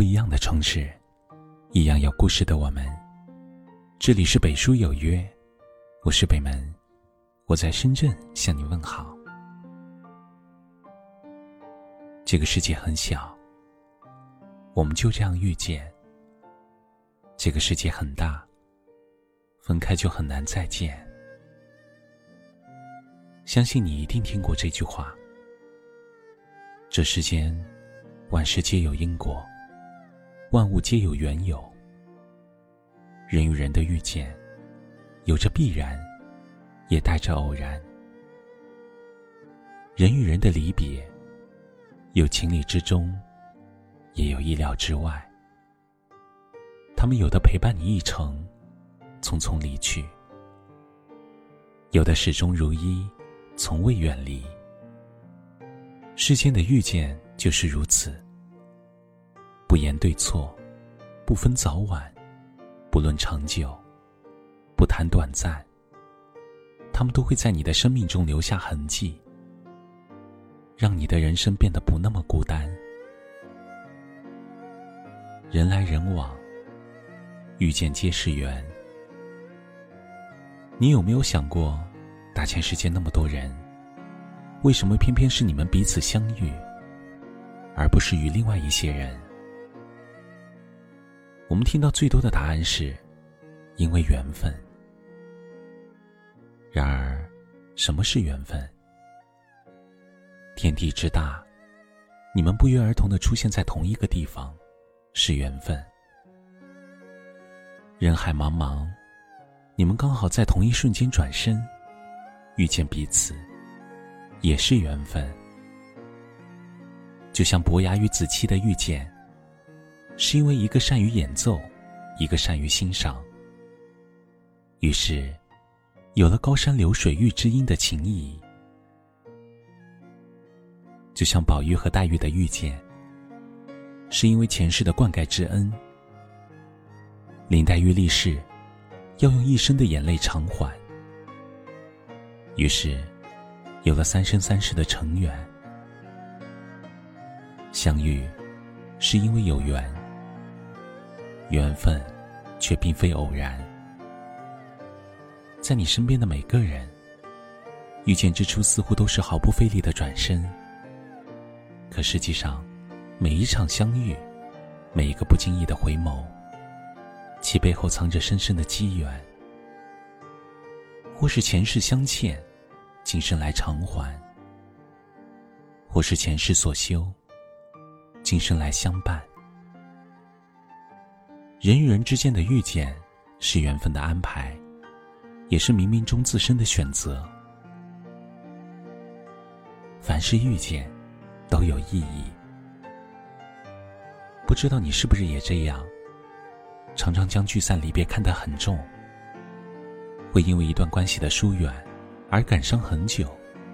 一样的城市，一样有故事的我们。这里是北书有约，我是北门，我在深圳向你问好。这个世界很小，我们就这样遇见。这个世界很大，分开就很难再见。相信你一定听过这句话，这世间万事皆有因果，万物皆有缘由。人与人的遇见有着必然，也带着偶然。人与人的离别有情理之中，也有意料之外。他们有的陪伴你一程，匆匆离去，有的始终如一，从未远离。世间的遇见就是如此，不言对错，不分早晚，不论长久，不谈短暂，他们都会在你的生命中留下痕迹，让你的人生变得不那么孤单。人来人往，遇见皆是缘。你有没有想过，大千世界那么多人，为什么偏偏是你们彼此相遇，而不是与另外一些人？我们听到最多的答案是因为缘分。然而，什么是缘分？天地之大，你们不约而同地出现在同一个地方，是缘分。人海茫茫，你们刚好在同一瞬间转身，遇见彼此，也是缘分。就像伯牙与子期的遇见，是因为一个善于演奏，一个善于欣赏，于是有了高山流水遇知音的情谊。就像宝玉和黛玉的遇见，是因为前世的灌溉之恩。林黛玉立誓要用一生的眼泪偿还，于是有了三生三世的成缘。相遇是因为有缘，缘分却并非偶然。在你身边的每个人，遇见之初似乎都是毫不费力的转身，可实际上每一场相遇，每一个不经意的回眸，其背后藏着深深的机缘，或是前世相欠，今生来偿还，或是前世所修，今生来相伴。人与人之间的遇见是缘分的安排，也是冥冥中自身的选择。凡是遇见都有意义。不知道你是不是也这样，常常将聚散离别看得很重，会因为一段关系的疏远而感伤很久，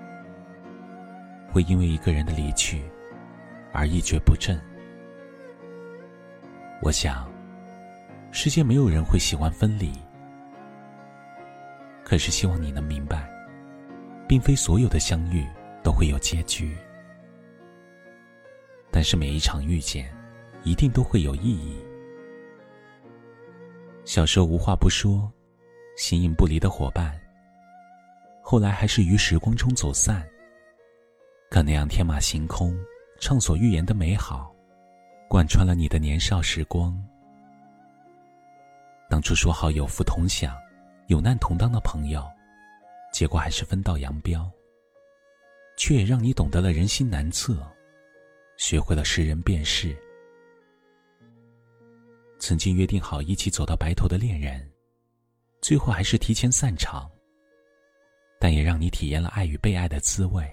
会因为一个人的离去而一蹶不振。我想世界没有人会喜欢分离，可是希望你能明白，并非所有的相遇都会有结局，但是每一场遇见一定都会有意义。小时候无话不说，形影不离的伙伴，后来还是于时光中走散。可那样天马行空，畅所欲言的美好，贯穿了你的年少时光。当初说好有福同享，有难同当的朋友，结果还是分道扬镳，却也让你懂得了人心难测，学会了识人辨识。曾经约定好一起走到白头的恋人，最后还是提前散场，但也让你体验了爱与被爱的滋味。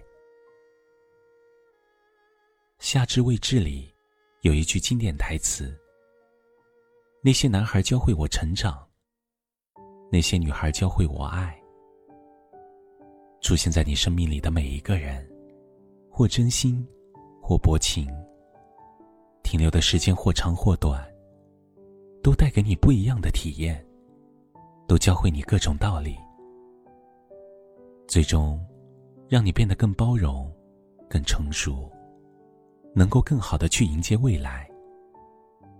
夏至未至里有一句经典台词，那些男孩教会我成长，那些女孩教会我爱。出现在你生命里的每一个人，或真心或薄情，停留的时间或长或短，都带给你不一样的体验，都教会你各种道理，最终让你变得更包容，更成熟，能够更好地去迎接未来。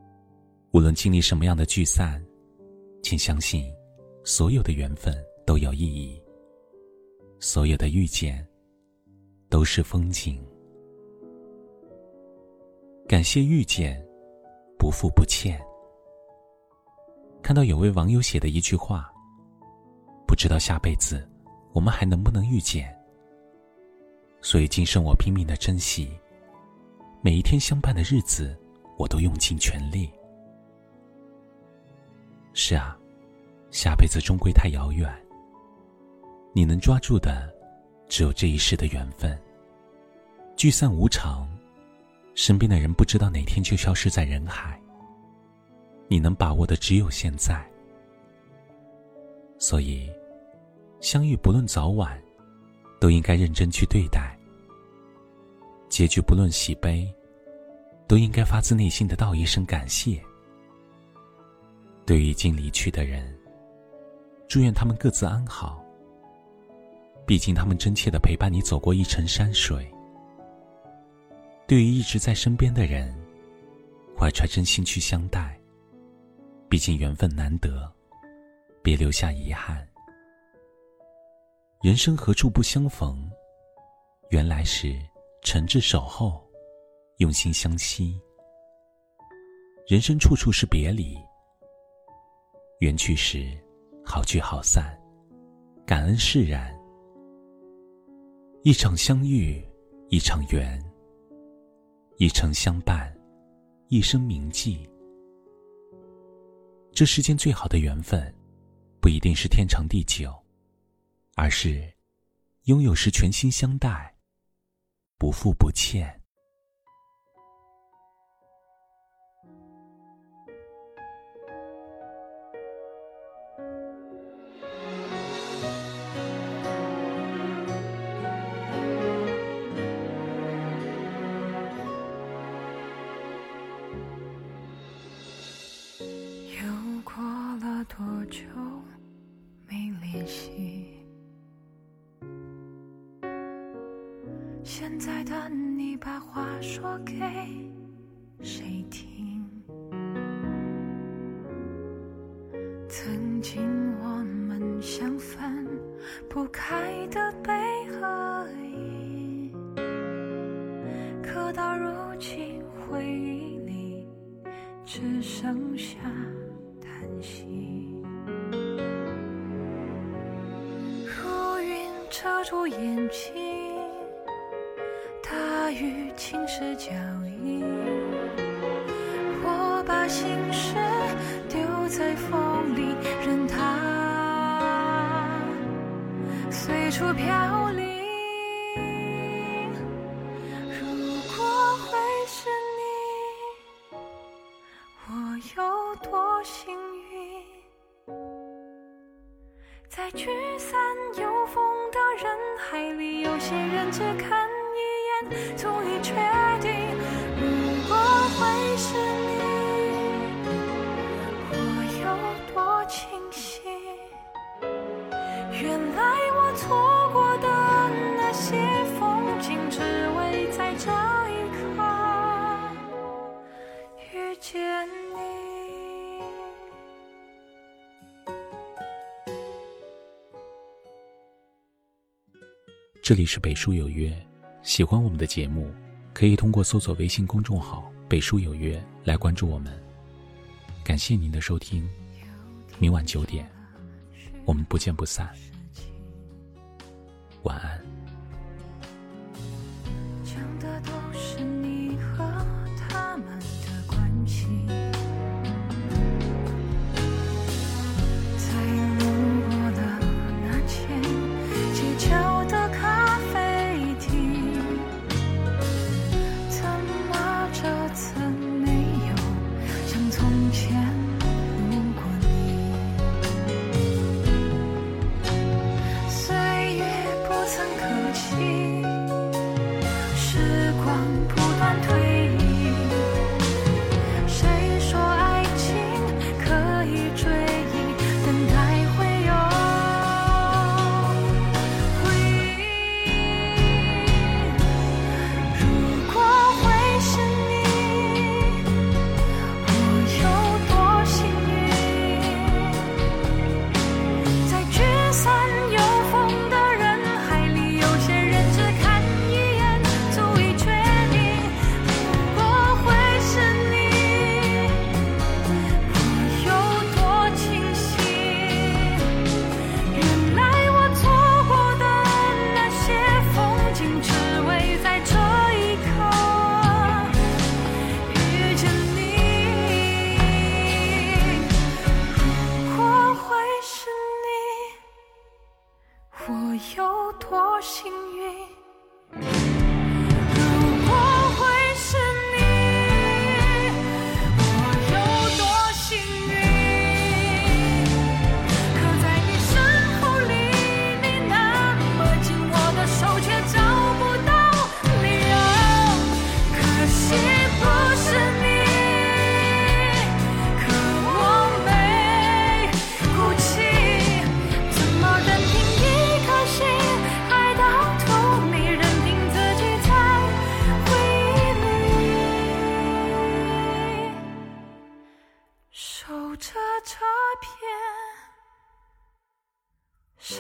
无论经历什么样的聚散，请相信，所有的缘分都有意义，所有的遇见都是风景。感谢遇见，不负不欠。看到有位网友写的一句话，不知道下辈子我们还能不能遇见，所以今生我拼命地珍惜每一天相伴的日子，我都用尽全力。是啊，下辈子终归太遥远，你能抓住的只有这一世的缘分。聚散无常，身边的人不知道哪天就消失在人海，你能把握的只有现在。所以相遇不论早晚，都应该认真去对待，结局不论喜悲，都应该发自内心的道一声感谢。对于已经离去的人，祝愿他们各自安好，毕竟他们真切地陪伴你走过一程山水。对于一直在身边的人，怀揣真心去相待，毕竟缘分难得，别留下遗憾。人生何处不相逢，原来是诚挚守候，用心相惜。人生处处是别离，缘去时好聚好散，感恩释然。一场相遇，一场缘，一程相伴，一生铭记。这世间最好的缘分，不一定是天长地久，而是拥有时全心相待，不负不欠。 又过了多久没联系？现在的你把话说给谁听？曾经我们像分不开的悲和喜，可到如今回忆里只剩下叹息。如云遮住眼睛，大雨侵蚀脚印，我把心事丢在风里，任它随处飘零。如果会是你，我有多幸运，在聚散有风的人海里，有些人只看一眼足以确定。如果会是你，我有多庆幸，原来我错过的那些风景，只为在这一刻遇见你。 这里是北书有约，喜欢我们的节目，可以通过搜索微信公众号北书有约来关注我们。感谢您的收听，明晚9点我们不见不散，晚安。 讲的都是你和他们的关系，在路过了那间街角的咖啡厅，怎么这次没有像从前路过你？岁月不曾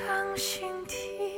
当心底